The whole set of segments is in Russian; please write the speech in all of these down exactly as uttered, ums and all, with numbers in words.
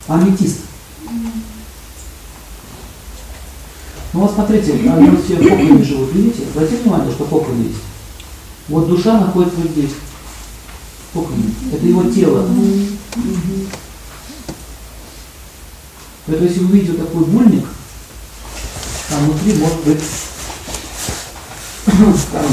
Аметист. Ну вот смотрите, они вот все коконы живут, видите? Обратите внимание, что коконы есть. Вот душа находится вот здесь. Коконы. Это его тело. Поэтому если вы видите вот такой бульник, там внутри может быть камень.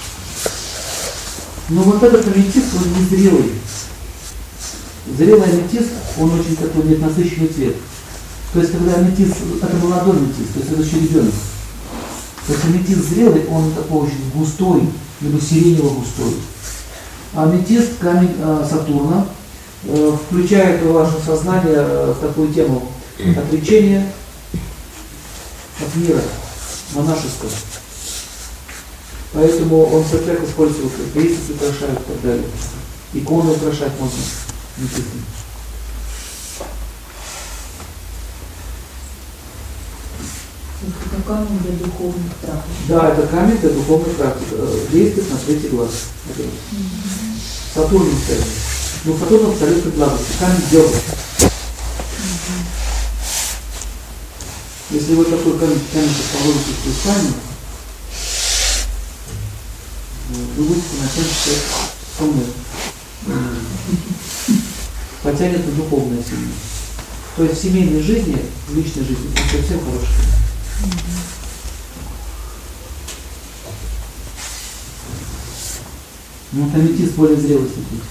Но вот этот аметист, он не зрелый. Зрелый аметист, он очень такой имеет насыщенный цвет. То есть, когда аметист, это молодой аметист, то есть это еще ребенок. То есть аметист зрелый, он такой очень густой, либо сиренево-густой. А аметист, камень э, Сатурна, э, включает в ваше сознание э, такую тему отречения от мира, монашеского. Поэтому он в церквях используется, крестики украшают и так далее. Иконы украшать можно. Это камень для духовных практик. Да, это камень для духовных практик. Действует на третий глаз. Это mm-hmm. Сатурн стоит. Но Сатурн абсолютно благости. Камень дерзкий. Mm-hmm. Если вот такой камень, камень положите в спальню, вы будете находиться суммой. Потянет на духовное сильно. То есть в семейной жизни, в личной жизни, это совсем хорошее. Ну, вот аметист более зрелый смотрите.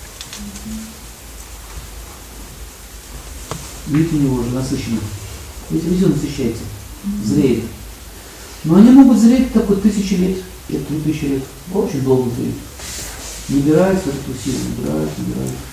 Вид у него уже насыщенный. Видите, везде насыщается, зреет. Но они могут зреть такой тысячи лет, лет, три тысячи лет. Очень долго зреют. Набирают эту силу, набирают, набирают.